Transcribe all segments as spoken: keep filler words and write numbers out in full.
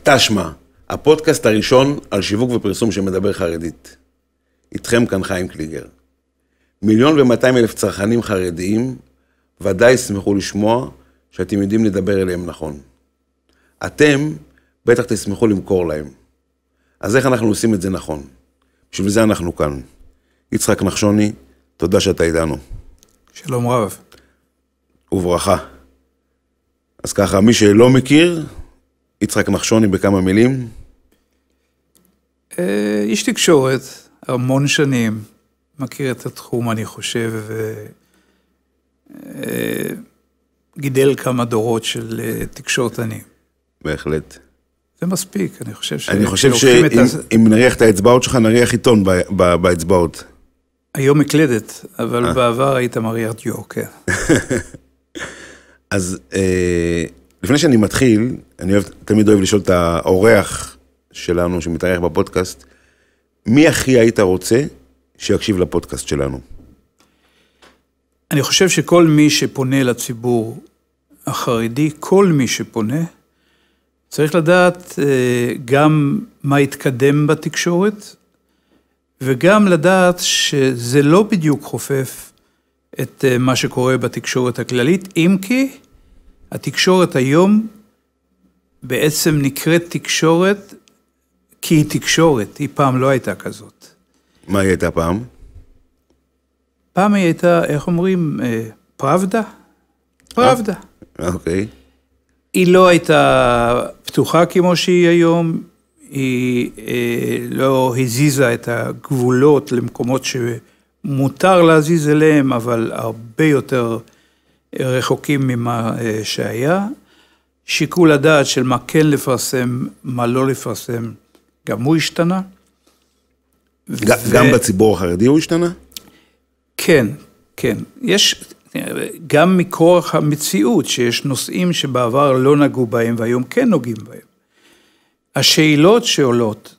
תשמע, הפודקאסט הראשון על שיווק ופרסום שמדבר חרדית. איתכם כאן חיים קליגר. מיליון ומאתיים אלף צרכנים חרדיים ודאי שמחו לשמוע שאתם יודעים לדבר אליהם נכון. אתם בטח תשמחו למכור להם. אז איך אנחנו עושים את זה נכון? בשביל זה אנחנו כאן. יצחק נחשוני, תודה שאתה איתנו. שלום רב. וברכה. אז ככה, מי שלא מכיר, יצחק נחשוני בכמה מילים. איש תקשורת, המון שנים, מכיר את התחום, אני חושב, וגידל כמה דורות של תקשורתנים. בהחלט. זה מספיק, אני חושב ש... אני חושב שאם נריח את האצבעות שלך, נריח עיתון באצבעות. היום מקלדת, אבל בעבר היית מריח דיו, כן. אז לפני שאני מתחיל, אני תמיד אוהב לשאול את האורח שלנו שמתארח בפודקאסט, מי הכי היית רוצה שיקשיב לפודקאסט שלנו? אני חושב שכל מי שפונה לציבור החרדי, כל מי שפונה, צריך לדעת גם מה יתקדם בתקשורת, וגם לדעת שזה לא בדיוק חופף את מה שקורה בתקשורת הכללית, אם כי התקשורת היום בעצם נקראת תקשורת, כי היא תקשורת, היא פעם לא הייתה כזאת. מה היא הייתה פעם? פעם היא הייתה, איך אומרים, פראבדה? פראבדה. אוקיי. היא לא הייתה פתוחה כמו שהיא היום, היא לא הזיזה את הגבולות למקומות שמותר להזיז אליהם, אבל הרבה יותר רחוקים ממה שהיה. שיקול הדעת של מה כן לפרסם, מה לא לפרסם, גם הוא השתנה. גם בציבור החרדי הוא השתנה? כן, כן. יש גם מכורח המציאות, שיש נושאים שבעבר לא נגעו בהם, והיום כן נוגעים בהם. השאלות שעולות,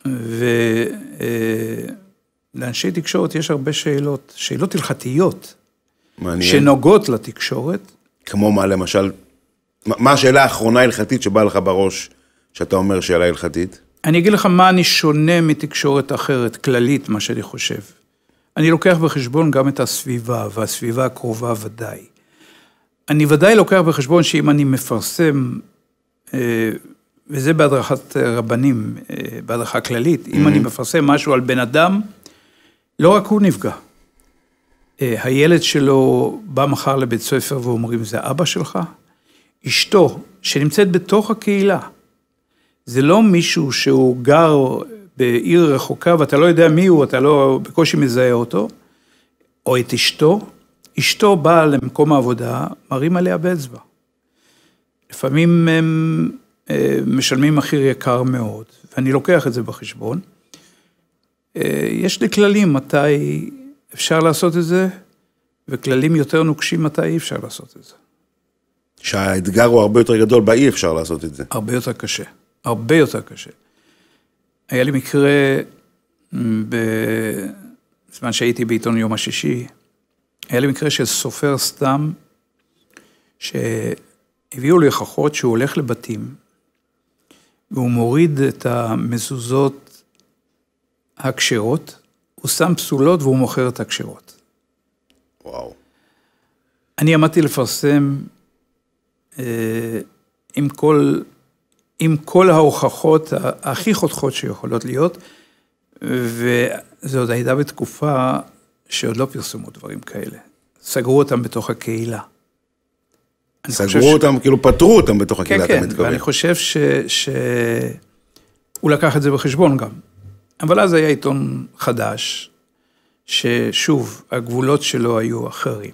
ולאנשי תקשורת יש הרבה שאלות, שאלות הלכתיות, מעניין. שנוגעות לתקשורת. כמו מה למשל, מה השאלה האחרונה הלכתית שבאה לך בראש, שאתה אומר שאלה הלכתית? אני אגיד לך מה אני שונה מתקשורת אחרת, כללית, מה שאני חושב. אני לוקח בחשבון גם את הסביבה, והסביבה הקרובה ודאי. אני ודאי לוקח בחשבון שאם אני מפרסם, וזה בהדרכת רבנים, בהדרכה כללית, אם אני מפרסם משהו על בן אדם, לא רק הוא נפגע. הילד שלו בא מחר לבית ספר ואומרים, זה אבא שלך? אשתו, שנמצאת בתוך הקהילה. זה לא מישהו שהוא גר בעיר רחוקה, ואתה לא יודע מי הוא, אתה לא בקושי מזהה אותו, או את אשתו. אשתו באה למקום העבודה, מרים עליה באצבע. לפעמים הם משלמים מחיר יקר מאוד, ואני לוקח את זה בחשבון. יש לי כללים מתי אפשר לעשות את זה, וכללים יותר נוקשים מתי אי אפשר לעשות את זה. שהאתגר הוא הרבה יותר גדול, באי אפשר לעשות את זה. הרבה יותר קשה, הרבה יותר קשה. היה לי מקרה, בזמן שהייתי בעיתון יום השישי, היה לי מקרה של סופר סתם, שהביאו לי הוכחות שהוא הולך לבתים, והוא מוריד את המזוזות הכשרות, הוא שם פסולות והוא מוכר את הכשרות. וואו. אני עמדתי לפרסם עם כל, עם כל ההוכחות הכי חותכות שיכולות להיות, וזה עוד הייתה בתקופה שעוד לא פרסמו דברים כאלה. סגרו אותם בתוך הקהילה. סגרו אותם, כאילו פטרו אותם בתוך הקהילה, אתה מתכוון. ואני חושב שהוא לקח את זה בחשבון גם. אבל אז היה עיתון חדש, ששוב, הגבולות שלו היו אחרים.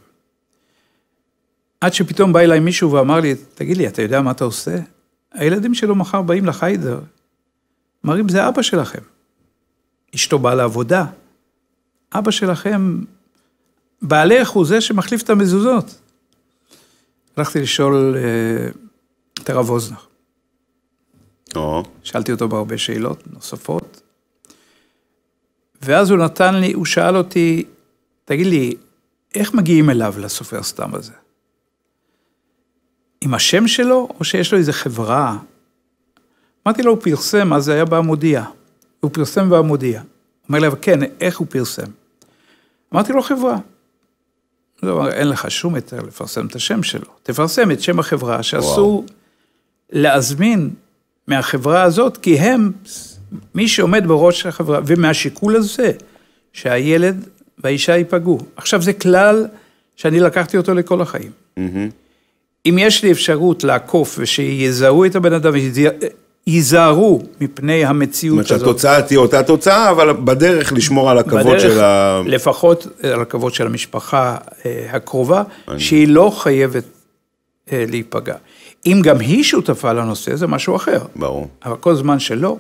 עד שפתאום בא אליי מישהו ואמר לי, תגיד לי, אתה יודע מה אתה עושה? הילדים שלו מחר באים לחיידר, אמרים, זה אבא שלכם. אשתו באה לעבודה. אבא שלכם, בעלך הוא זה שמחליף את המזוזות. הלכתי לשאול את הרב אוזנר. או. שאלתי אותו בהרבה שאלות נוספות. ואז הוא נתן לי, הוא שאל אותי, תגיד לי, איך מגיעים אליו לסופר סתם הזה? עם השם שלו, או שיש לו איזו חברה? אמרתי לו, הוא פרסם, אז זה היה בעמודיה. הוא פרסם בעמודיה. הוא אומר לי, כן, איך הוא פרסם? אמרתי לו, חברה. הוא אומר, אין לך שום היתר לפרסם את השם שלו. תפרסם את שם החברה, שאסור להזמין מהחברה הזאת, כי הם, מי שעומד בראש החברה, ומהשיקול הזה, שהילד והאישה ייפגעו. עכשיו, זה כלל שאני לקחתי אותו לכל החיים. אם יש לי אפשרות לעקוף, ושיזהו את הבן אדם, ייזהרו מפני המציאות הזאת. זאת אומרת שהתוצאה תהיה אותה תוצאה, אבל בדרך לשמור על הכבוד של ה... לפחות על הכבוד של המשפחה הקרובה, שהיא לא חייבת להיפגע. אם גם היא שותפה לנושא, זה משהו אחר. ברור. אבל כל זמן שלא.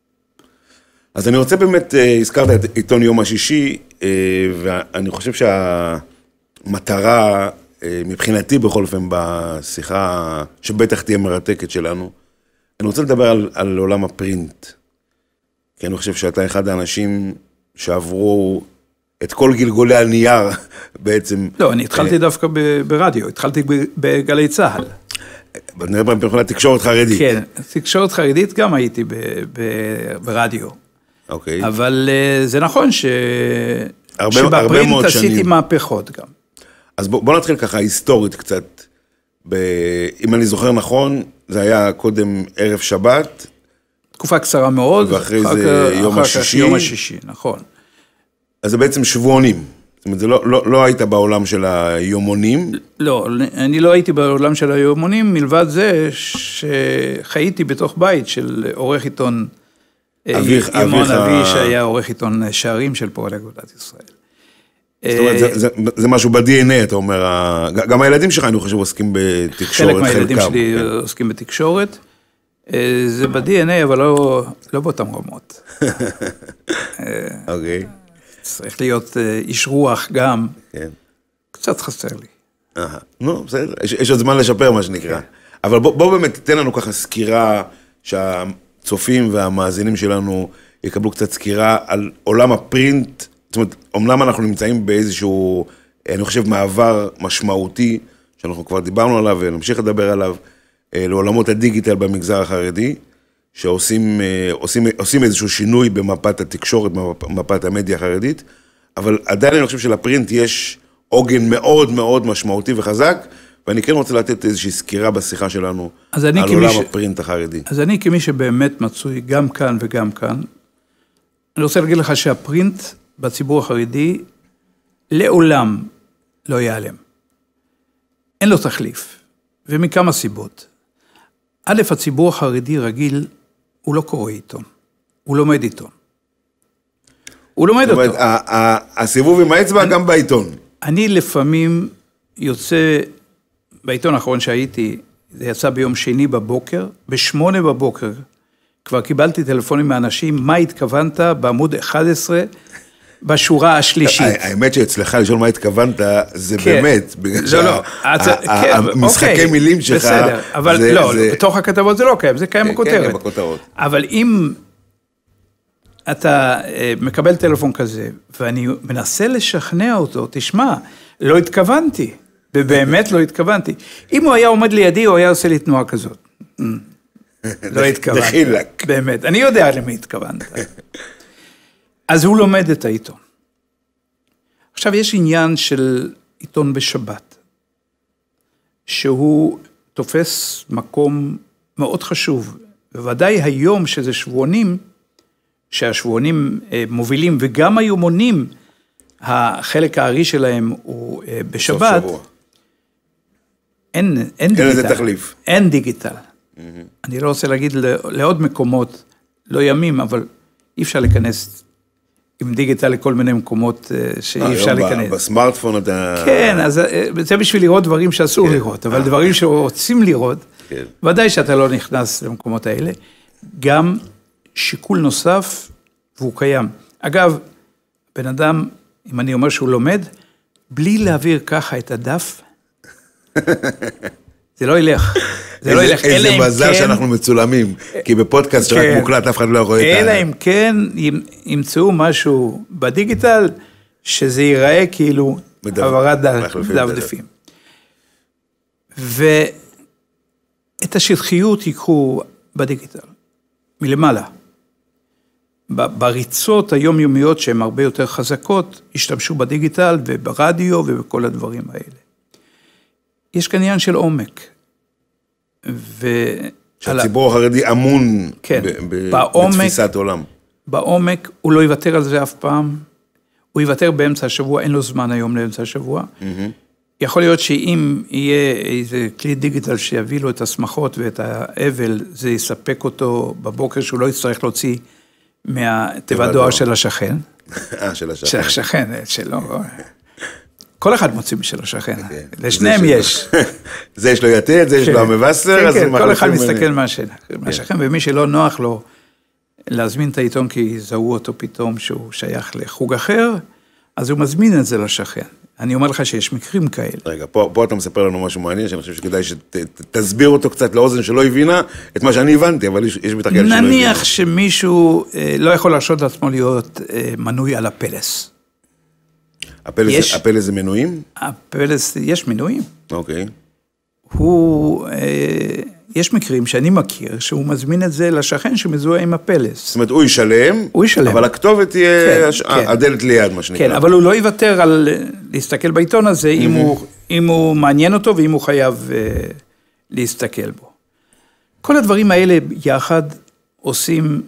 אז אני רוצה באמת, הזכרת את עיתון יום השישי, ואני חושב שהמטרה, מבחינתי בכל אופן, בשיחה שבטח תהיה מרתקת שלנו, אני רוצה לדבר על, על עולם הפרינט, כי אני חושב שאתה אחד האנשים שעברו את כל גלגולי הנייר בעצם. לא, אני התחלתי דווקא ברדיו, התחלתי בגלי צהל. נראה פעם מבחינת תקשורת חרדית. כן, תקשורת חרדית גם הייתי ברדיו. אוקיי. אבל זה נכון ש... הרבה, שבפרינט הרבה מאוד עשיתי שנים. מהפכות גם. אז בוא, בוא נתחיל ככה היסטורית קצת. ב... אם אני זוכר נכון, זה היה קודם ערב שבת. תקופה קצרה מאוד. ואחרי זה יום השישי. יום השישי, נכון. אז זה בעצם שבועונים. זאת אומרת, זה לא, לא, לא היית בעולם של היומונים. לא, אני לא הייתי בעולם של היומונים, מלבד זה שחייתי בתוך בית של עורך עיתון, אביך, ימון אביך... אבי, שהיה עורך עיתון שערים של פועלי אגודת ישראל. זאת אומרת, זה, זה, זה משהו ב-די אן איי, אתה אומר, גם הילדים שלך, אני חושב, עושים בתקשורת, חלק מהילדים שלי כן. עוסקים בתקשורת, זה ב-די אן איי, אבל לא, לא באותם רמות. אוקיי. צריך להיות איש רוח גם, כן. קצת חסר לי. אה, נו, בסדר, יש, יש עוד זמן לשפר מה שנקרא. אבל בוא, בוא באמת תתן לנו ככה סקירה, שהצופים והמאזינים שלנו יקבלו קצת סקירה על עולם הפרינט, זאת אומרת, אומנם אנחנו נמצאים באיזשהו, אני חושב, מעבר משמעותי, שאנחנו כבר דיברנו עליו ונמשיך לדבר עליו, לעולמות הדיגיטל במגזר החרדי, שעושים עושים, עושים איזשהו שינוי במפת התקשורת, במפת המדיה החרדית, אבל עדיין אני חושב שלפרינט יש עוגן מאוד מאוד משמעותי וחזק, ואני כן רוצה לתת איזושהי סקירה בשיחה שלנו על עולם ש... הפרינט החרדי. אז אני כמי שבאמת מצוי גם כאן וגם כאן, אני רוצה להגיד לך שהפרינט בציבור החרדי לעולם לא ייעלם. אין לו תחליף, ומכמה סיבות. א', הציבור החרדי רגיל, הוא לא קורא עיתון, הוא לומד עיתון. הוא לומד אותו. זאת אומרת, הסיבוב עם האצבע גם בעיתון. אני לפעמים יוצא, בעיתון האחרון שהייתי, זה יצא ביום שני בבוקר, בשמונה בבוקר, כבר קיבלתי טלפונים מאנשים, מה התכוונת בעמוד אחד עשרה, בשורה השלישית. האמת שאצלך לשאול מה התכוונת, זה באמת, בגלל שהמשחקי מילים שלך... בסדר, אבל לא, בתוך הכתבות זה לא קיים, זה קיים בכותרת. אבל אם אתה מקבל טלפון כזה, ואני מנסה לשכנע אותו, תשמע, לא התכוונתי, ובאמת לא התכוונתי. אם הוא היה עומד לידי, הוא היה עושה לי תנועה כזאת. לא התכוונת. דחילק. באמת, אני יודע למי התכוונת. אז הוא לומד את העיתון. עכשיו יש עניין של עיתון בשבת, שהוא תופס מקום מאוד חשוב, בוודאי היום שזה שבועונים, שהשבועונים מובילים, וגם היומונים, החלק הארי שלהם הוא בשבת, אין, אין דיגיטל. אין לזה תחליף. אין דיגיטל. Mm-hmm. אני לא רוצה להגיד לעוד מקומות, לא ימים, אבל אי אפשר להיכנס עם דיגיטל לכל מיני מקומות שאי אפשר להיכנס. בסמארטפון אתה... כן, אז זה בשביל לראות דברים שאסור לראות, אבל דברים שרוצים לראות, ודאי שאתה לא נכנס למקומות האלה. גם שיקול נוסף, והוא קיים. אגב, בן אדם, אם אני אומר שהוא לומד, בלי להעביר ככה את הדף, זה לא ילך. זה לא ילך. איזה מזל שאנחנו מצולמים, כי בפודקאסט שרק מוקלט, אף אחד לא יכול לתאר. אלא אם כן, ימצאו משהו בדיגיטל, שזה ייראה כאילו העברת דפדפים. ואת השטחיות ייקחו בדיגיטל. מלמעלה. בריצות היומיומיות שהן הרבה יותר חזקות, השתמשו בדיגיטל וברדיו וכל הדברים האלה. יש כאן עניין של עומק. ו... שהציבור החרדי אמון כן, ב- בעומק, בתפיסת עולם. בעומק, הוא לא יוותר על זה אף פעם, הוא יוותר באמצע השבוע, אין לו זמן היום לאמצע השבוע. Mm-hmm. יכול להיות שאם יהיה איזה כלי דיגיטל שיביא לו את השמחות ואת האבל, זה יספק אותו בבוקר שהוא לא יצטרך להוציא מהתיבת דואר של השכן. אה, של השכן. של השכן, שלא... כל אחד מוציא משל השכן, לשניהם יש. זה יש לו יתד, זה יש לו המבשר, כן, כן, כל אחד מסתכל מהשכן, ומי שלא נוח לו להזמין את העיתון, כי יזהו אותו פתאום שהוא שייך לחוג אחר, אז הוא מזמין את זה לשכן. אני אומר לך שיש מקרים כאלה. רגע, פה, פה אתה מספר לנו משהו מעניין, שאני חושב שכדאי שתסביר אותו קצת לאוזן שלא הבינה את מה שאני הבנתי, אבל יש, יש בטח כאלה שלא הבינה. נניח שמישהו לא יכול להרשות לעצמו להיות מנוי על הפלס. הפלס, יש, הפלס זה מנויים? הפלס, יש מנויים. אוקיי. הוא, יש מקרים שאני מכיר, שהוא מזמין את זה לשכן שמזוהה עם הפלס. זאת אומרת, הוא ישלם, הוא ישלם. אבל הכתובת תהיה כן, הש... כן. הדלת ליד, מה שנקרא. כן, אבל הוא לא יוותר על להסתכל בעיתון הזה, אם, הוא, אם הוא מעניין אותו, ואם הוא חייב uh, להסתכל בו. כל הדברים האלה יחד עושים,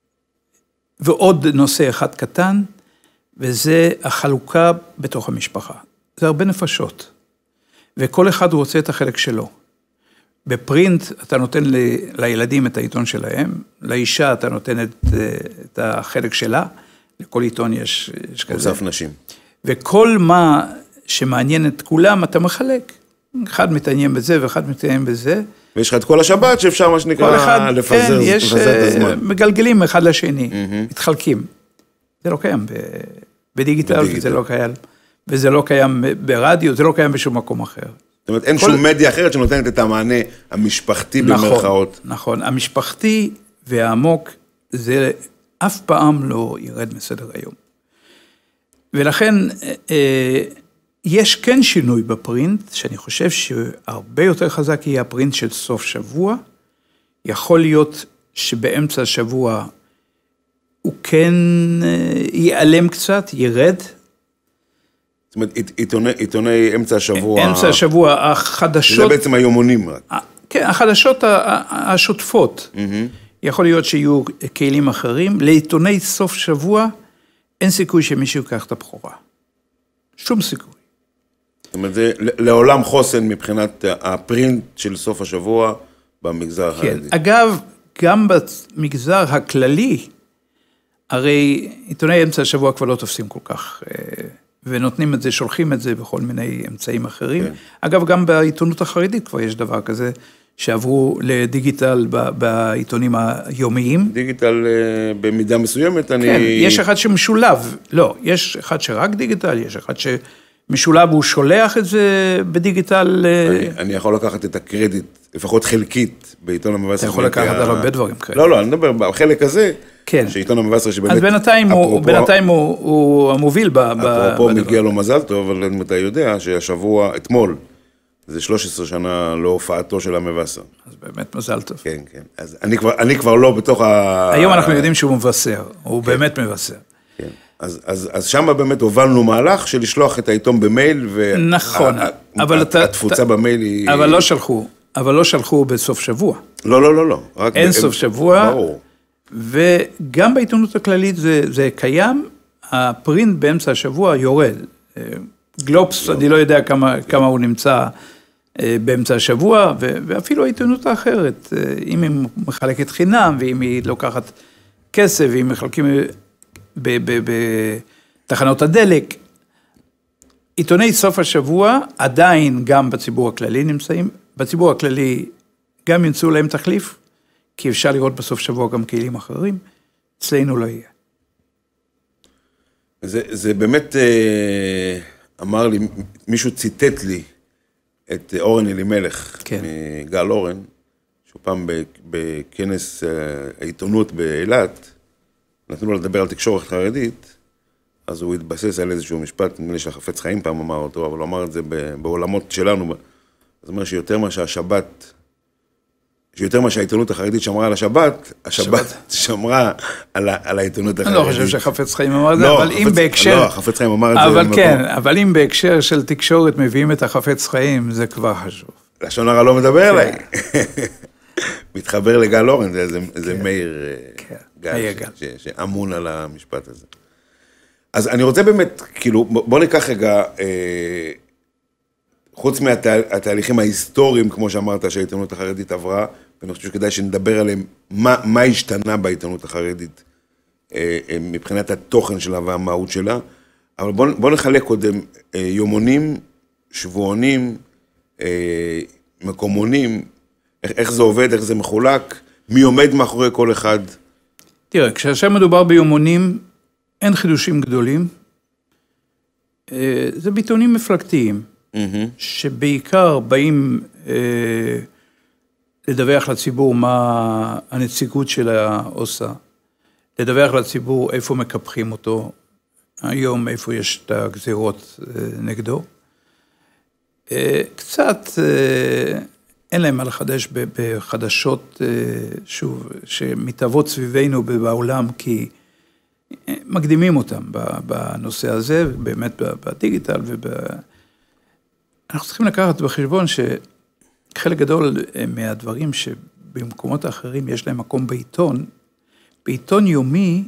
ועוד נושא אחד קטן, וזה החלוקה בתוך המשפחה. זה הרבה נפשות, וכל אחד רוצה את החלק שלו. בפרינט אתה נותן ל, לילדים את העיתון שלהם, לאישה אתה נותן את, את החלק שלה, לכל עיתון יש, יש כזה. מוסף נשים. וכל מה שמעניין את כולם אתה מחלק. אחד מתעניין בזה ואחד מתעניין בזה. ויש לך את כל השבת שאפשר מה שנקרא אחד, לפזר, כן, יש, לפזר את הזמן. מגלגלים אחד לשני, Mm-hmm. מתחלקים. זה לא קיים ב, בדיגיטל, בדיגיטל. וזה לא קיים, וזה לא קיים ברדיו, זה לא קיים בשום מקום אחר. זאת אומרת, אין כל... שום מדיה אחרת שנותנת את המענה המשפחתי נכון, במרכאות. נכון, המשפחתי והעמוק, זה אף פעם לא ירד מסדר היום. ולכן, אה, יש כן שינוי בפרינט, שאני חושב שהרבה יותר חזק יהיה הפרינט של סוף שבוע, יכול להיות שבאמצע השבוע הוא כן ייעלם קצת, ירד. זאת אומרת, עיתוני, עיתוני אמצע השבוע... אמצע השבוע, החדשות... זה בעצם היומונים רק. כן, החדשות השוטפות. Mm-hmm. יכול להיות שיהיו כלים אחרים. לעיתוני סוף שבוע, אין סיכוי שמישהו ייקח את הבחורה. שום סיכוי. זאת אומרת, זה לעולם חוסן מבחינת הפרינט של סוף השבוע במגזר החרדי. כן, אגב, גם במגזר הכללי, הרי עיתוני אמצע השבוע כבר לא תופסים כל כך, ונותנים את זה, שולחים את זה בכל מיני אמצעים אחרים. כן. אגב, גם בעיתונות החרדית כבר יש דבר כזה, שעברו לדיגיטל בעיתונים היומיים. דיגיטל במידה מסוימת, אני... כן, יש אחד שמשולב, לא, יש אחד שרק דיגיטל, יש אחד שמשולב, הוא שולח את זה בדיגיטל. אני, אני יכול לקחת את הקרדיט, לפחות חלקית, בעיתון המבשר. אתה יכול לקחת על הרבה דברים כאלה. לא, לא, אני מדבר בחלק הזה, כן. שעיתון המבשר שבאמת... אז בינתיים, אפרופו, הוא, בינתיים הוא, הוא המוביל ב... אפרופו מגיע לו מזל טוב, אבל אם אתה יודע שהשבוע, אתמול, זה שלוש עשרה שנה להופעתו של המבשר. אז באמת מזל טוב. כן, כן. אז אני כבר, אני כבר לא בתוך ה... היום אנחנו יודעים שהוא מבשר, הוא כן. באמת מבשר. כן. אז, אז, אז שם באמת הובלנו מהלך של לשלוח את העיתון במייל, נכון, אבל התפוצה במייל היא... אבל לא שלחו, אבל לא שלחו בסוף שבוע. לא, לא, לא, לא. אין סוף שבוע. ברור. וגם בעיתונות הכללית זה, זה קיים, הפרינט באמצע השבוע יורד. גלובס, אני לא יודע כמה, כמה הוא נמצא באמצע השבוע, ואפילו העיתונות האחרת, אם היא מחלקת חינם, ואם היא לוקחת כסף, ואם מחלקים בתחנות הדלק, עיתוני סוף השבוע עדיין גם בציבור הכללי נמצאים, בציבור הכללי גם ימצאו להם תחליף, כי אפשר לראות בסוף שבוע גם כלים אחרים, אצלנו לא יהיה. זה, זה באמת אמר לי, מישהו ציטט לי את אורן אלימלך, כן. מגל אורן, שהוא פעם בכנס העיתונות באילת, נתנו לו לדבר על תקשורת חרדית, אז הוא התבסס על איזשהו משפט, נדמה לי שהחפץ חיים פעם אמר אותו, אבל הוא אמר את זה בעולמות שלנו, זאת אומרת שיותר מה שהשבת שיותר מה שהעיתונות החרדית שמרה על השבת, השבת שמרה על העיתונות החרדית. אני לא חושב שחפץ חיים אמר את זה, אבל אם בהקשר... לא, חפץ חיים אמר את זה. אבל כן, אבל אם בהקשר של תקשורת מביאים את החפץ חיים, זה כבר חשוב. לשון הרע לא מדבר עליי. מתחבר לגל אורן, זה מאיר גל, שאמון על המשפט הזה. אז אני רוצה באמת, כאילו, בוא ניקח רגע, חוץ מהתהליכים ההיסטוריים, כמו שאמרת, שהעיתונות החרדית עברה, ואני חושב שכדאי שנדבר עליהם, מה, מה השתנה בעיתונות החרדית, מבחינת התוכן שלה והמהות שלה, אבל בוא, בוא נחלק קודם, יומונים, שבועונים, מקומונים, איך זה עובד, איך זה מחולק, מי עומד מאחורי כל אחד. תראה, כשעכשיו מדובר ביומונים, אין חידושים גדולים, זה בעיתונים מפלגתיים, שבעיקר באים לדווח לציבור מה הנציגות שלה עושה, לדווח לציבור איפה מקפחים אותו, היום איפה יש את הגזירות נגדו. קצת אין להם מה לחדש בחדשות, שוב, שמתאבות סביבנו בעולם, כי מקדימים אותם בנושא הזה, באמת בדיגיטל וב... אנחנו צריכים לקחת בחשבון שחלק גדול מהדברים שבמקומות האחרים יש להם מקום בעיתון, בעיתון יומי,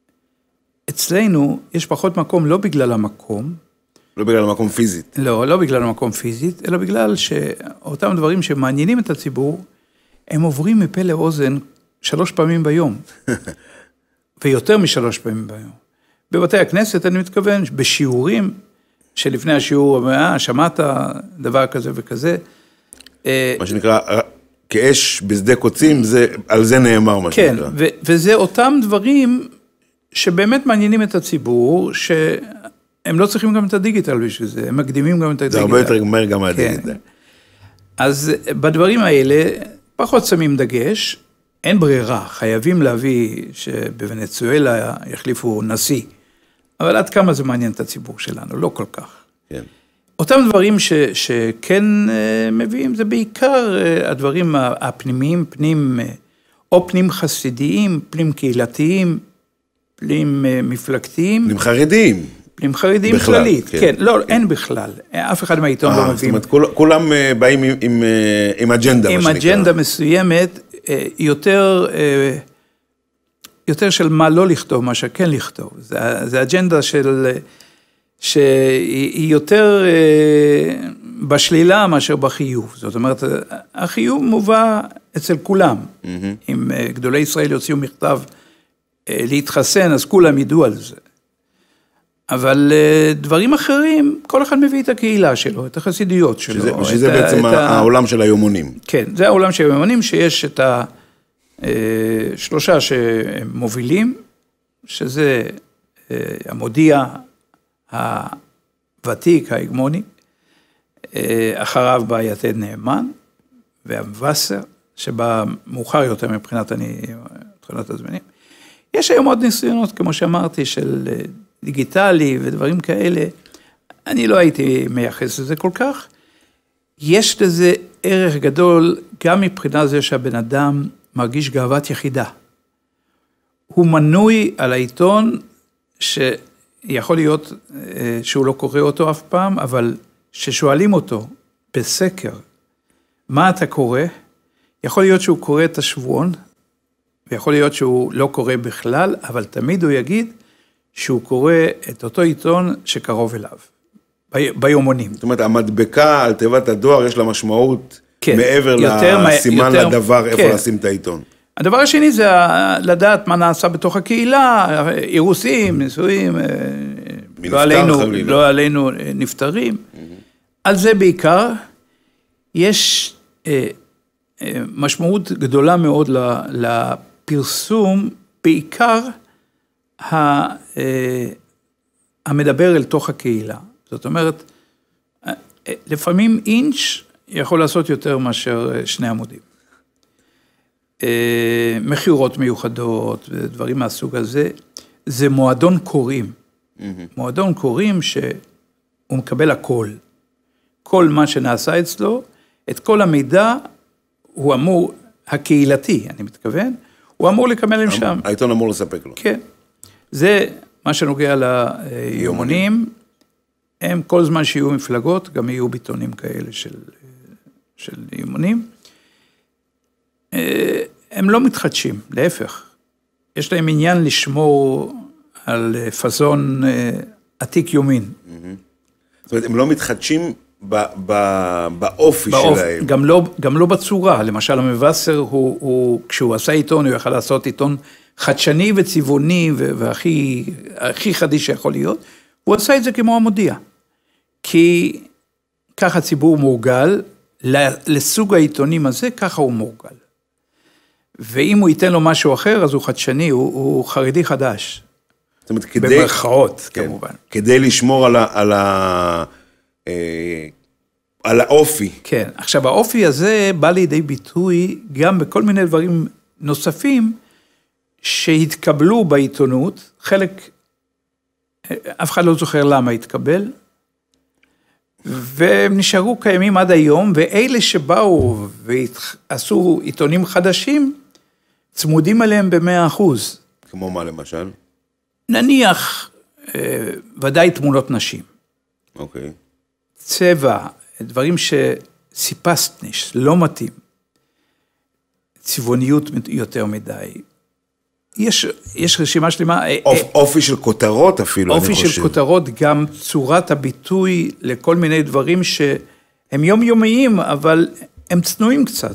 אצלנו יש פחות מקום לא בגלל המקום, לא בגלל המקום פיזית. לא, לא בגלל המקום פיזית, אלא בגלל שאותם דברים שמעניינים את הציבור, הם עוברים מפה לאוזן שלוש פעמים ביום. ויותר משלוש פעמים ביום. בבתי הכנסת אני מתכוון, בשיעורים, שלפני השיעור, אה, שמעת דבר כזה וכזה. מה שנקרא, כאש בשדה קוצים, זה, על זה נאמר מה כן, שנקרא. ו- וזה אותם דברים שבאמת מעניינים את הציבור, שהם לא צריכים גם את הדיגיטל בשביל זה, הם מקדימים גם את הדיגיטל. זה הרבה יותר מהר גם מהדיגיטל. כן. אז בדברים האלה, פחות שמים דגש, אין ברירה, חייבים להביא שבוונצואלה יחליפו נשיא, אבל עד כמה זה מעניין את הציבור שלנו, לא כל כך. כן. אותם דברים ש, שכן מביאים, זה בעיקר הדברים הפנימיים, פנים, או פנים חסידיים, פנים קהילתיים, פנים מפלגתיים. פנים חרדיים. פנים חרדיים בכלל, כללית, כן, כן לא, כן. אין בכלל, אף אחד מהעיתון לא מביאים. זאת אומרת, כולם באים עם, עם, עם אג'נדה, עם אג'נדה מסוימת, יותר, יותר של מה לא לכתוב, מה שכן לכתוב. זה, זה אג'נדה של, שהיא יותר בשלילה מאשר בחיוב. זאת אומרת, החיוב מובא אצל כולם. Mm-hmm. אם גדולי ישראל יוציאו מכתב להתחסן, אז כולם ידעו על זה. אבל דברים אחרים, כל אחד מביא את הקהילה שלו, את החסידיות שלו. שזה, שזה בעצם העולם של היומונים. כן, זה העולם של היומונים, שיש את השלושה שמובילים, שזה המודיע הוותיק, ההגמוני, אחריו בא יתד נאמן, והמבשר, שבא מאוחר יותר מבחינת אני, מבחינת הזמנים. יש היום עוד ניסיונות, כמו שאמרתי, של דיגיטלי ודברים כאלה, אני לא הייתי מייחס לזה כל כך. יש לזה ערך גדול, גם מבחינה זה שהבן אדם מרגיש גאוות יחידה. הוא מנוי על העיתון, שיכול להיות שהוא לא קורא אותו אף פעם, אבל ששואלים אותו בסקר, מה אתה קורא? יכול להיות שהוא קורא את השבועון, ויכול להיות שהוא לא קורא בכלל, אבל תמיד הוא יגיד, שהוא קורא את אותו עיתון שקרוב אליו, ביומונים. זאת אומרת, המדבקה על תיבת הדואר יש לה משמעות כן, מעבר לסימן יותר, לדבר, כן. איפה לשים את העיתון. הדבר השני זה לדעת מה נעשה בתוך הקהילה, אירוסים, נישואים, לא עלינו, לא עלינו נפטרים. Mm-hmm. על זה בעיקר, יש אה, אה, משמעות גדולה מאוד לפרסום, בעיקר, המדבר אל תוך הקהילה. זאת אומרת, לפעמים אינץ' יכול לעשות יותר מאשר שני עמודים. מחירות מיוחדות ודברים מהסוג הזה, זה מועדון קוראים. Mm-hmm. מועדון קוראים שהוא מקבל הכל. כל מה שנעשה אצלו, את כל המידע הוא אמור, הקהילתי, אני מתכוון, הוא אמור לקבל להם שם. העיתון אמור לספק לו. כן. זה מה שנוגע ליומנים, הם כל זמן שיהיו מפלגות, גם יהיו ביטונים כאלה של, של יומנים. הם לא מתחדשים, להפך. יש להם עניין לשמור על פזון עתיק יומין. זאת אומרת, הם לא מתחדשים ב, ב, באופי באופ... שלהם. גם לא, גם לא בצורה. למשל, המבשר, הוא, הוא, כשהוא עשה עיתון, הוא יכל לעשות עיתון חדשני וצבעוני, והכי הכי חדיש שיכול להיות. הוא עשה את זה כמו המודיע. כי ככה הציבור מורגל, לסוג העיתונים הזה, ככה הוא מורגל. ואם הוא ייתן לו משהו אחר, אז הוא חדשני, הוא, הוא חרדי חדש. זאת אומרת, כדי... במרכאות, כן, כמובן. כדי לשמור על, ה, על, ה, אה, על האופי. כן, עכשיו האופי הזה בא לידי ביטוי גם בכל מיני דברים נוספים, שהתקבלו בעיתונות, חלק, אף אחד לא זוכר למה התקבל, והם נשארו קיימים עד היום, ואלה שבאו ועשו עיתונים חדשים, צמודים עליהם במאה אחוז. כמו מה למשל? נניח, ודאי תמונות נשים. אוקיי. צבע, דברים שסיפסטניש, לא מתאים. צבעוניות יותר מדי. יש, יש רשימה שלמה. אופ, אופי של כותרות אפילו, אני חושב. אופי של כותרות, גם צורת הביטוי לכל מיני דברים שהם יומיומיים, אבל הם צנועים קצת.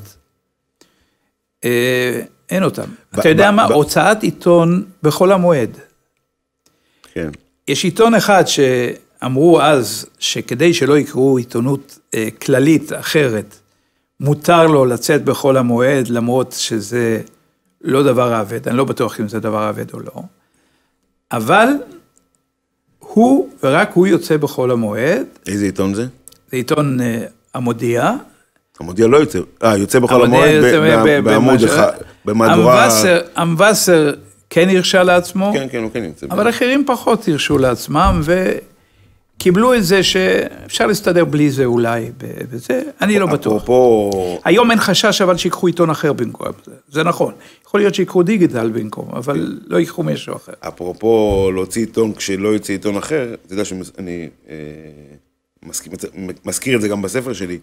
אין אותם. ב- אתה יודע ב- מה? ב- הוצאת עיתון בכל המועד. כן. יש עיתון אחד שאמרו אז, שכדי שלא יקראו עיתונות אה, כללית אחרת, מותר לו לצאת בכל המועד, למרות שזה לא דבר עבד, אני לא בטוח אם זה דבר עבד או לא, אבל הוא, ורק הוא יוצא בכל המועד. איזה עיתון זה? זה עיתון אה, המודיע. המודיע לא יוצא, אה, יוצא בכל המועד בעמוד אחד, במהדורה... המבשר כן הרשה לעצמו, כן, כן, הוא כן יוצא. אבל אחרים פחות הרשו לעצמם, וקיבלו את זה שאפשר להסתדר בלי זה אולי, וזה, אני לא בטוח. היום אין חשש, אבל שיקחו עיתון אחר במקום, זה נכון. יכול להיות שיקחו דיגיטל במקום, אבל לא ייקחו משהו אחר. אפרופו להוציא עיתון כשלא יוצא עיתון אחר, אתה יודע שאני מזכיר את זה גם בספר שלי,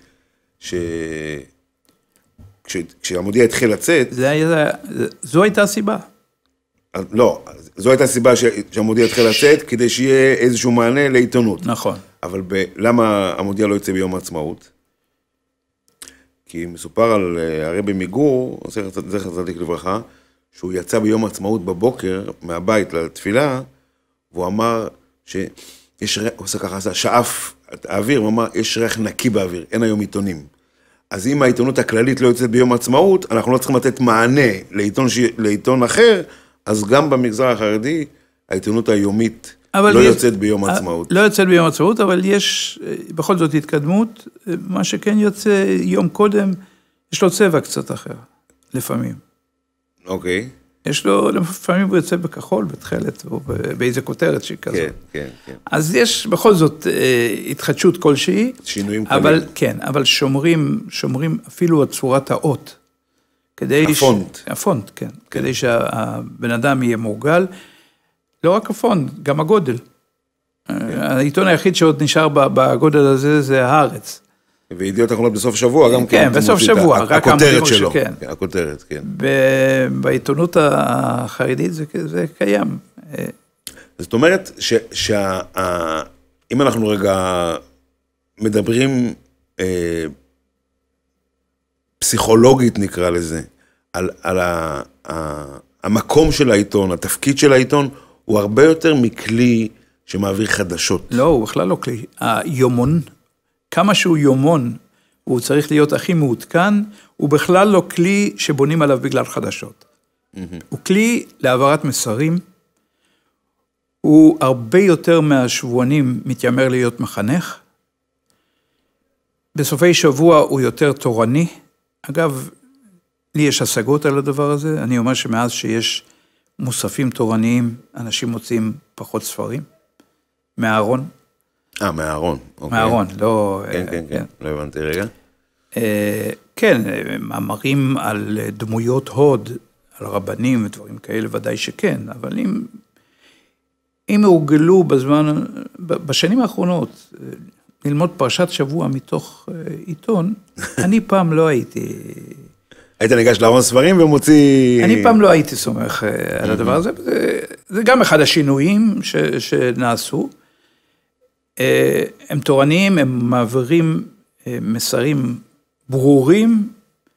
שכשהמודיע התחיל לצאת... זו הייתה הסיבה. לא, זו הייתה הסיבה שהמודיע התחיל לצאת, כדי שיהיה איזשהו מענה לעיתונות. נכון. אבל למה המודיע לא יוצא ביום העצמאות? כי מסופר על הרבי מגור, זכר צדיק לברכה, שהוא יצא ביום העצמאות בבוקר מהבית לתפילה, והוא אמר שיש, הוא עושה ככה, עשה שאף האוויר, הוא אמר, יש ריח נקי באוויר, אין היום עיתונים. אז אם העיתונות הכללית לא יוצאת ביום העצמאות, אנחנו לא צריכים לתת מענה לעיתון, ש... לעיתון אחר, אז גם במגזר החרדי, העיתונות היומית לא יש... יוצאת ביום העצמאות. לא יוצאת ביום העצמאות, אבל יש בכל זאת התקדמות, מה שכן יוצא יום קודם, יש לו צבע קצת אחר, לפעמים. אוקיי. יש לו, לפעמים הוא יוצא בכחול, בתחילת, או באיזה כותרת שהיא כזאת. כן, כן, כן. אז יש בכל זאת התחדשות כלשהי. שינויים אבל, כן, אבל שומרים, שומרים אפילו את צורת האות. הפונט. ש... הפונט, כן. כן. כדי שהבן אדם יהיה מורגל. לא רק הפונט, גם הגודל. כן. העיתון היחיד שעוד נשאר בגודל הזה, זה הארץ. וידיעות אחרונות בסוף שבוע, גם כן, בסוף שבוע. הכותרת שלו. כן. הכותרת, כן. בעיתונות החרדית זה, זה קיים. זאת אומרת, שאם אנחנו רגע מדברים פסיכולוגית נקרא לזה, על, על ה, ה, המקום של העיתון, התפקיד של העיתון, הוא הרבה יותר מכלי שמעביר חדשות. לא, הוא בכלל לא כלי. היומון, כמה שהוא יומון, הוא צריך להיות הכי מעודכן, הוא בכלל לא כלי שבונים עליו בגלל חדשות. Mm-hmm. הוא כלי להעברת מסרים, הוא הרבה יותר מהשבוענים מתיימר להיות מחנך, בסופי שבוע הוא יותר תורני, אגב, לי יש השגות על הדבר הזה, אני אומר שמאז שיש מוספים תורניים, אנשים מוצאים פחות ספרים, מהארון. אה, מהארון. מהארון, לא... כן, כן, כן, לא הבנתי רגע. כן, מאמרים על דמויות הוד, על רבנים ודברים כאלה, ודאי שכן, אבל אם, אם הורגלו בזמן, בשנים האחרונות, ללמוד פרשת שבוע מתוך עיתון, אני פעם לא הייתי... היית ניגש לארון ספרים ומוציא... אני פעם לא הייתי סומך על הדבר הזה, זה, זה גם אחד השינויים ש, שנעשו. הם תורניים, הם מעבירים מסרים ברורים,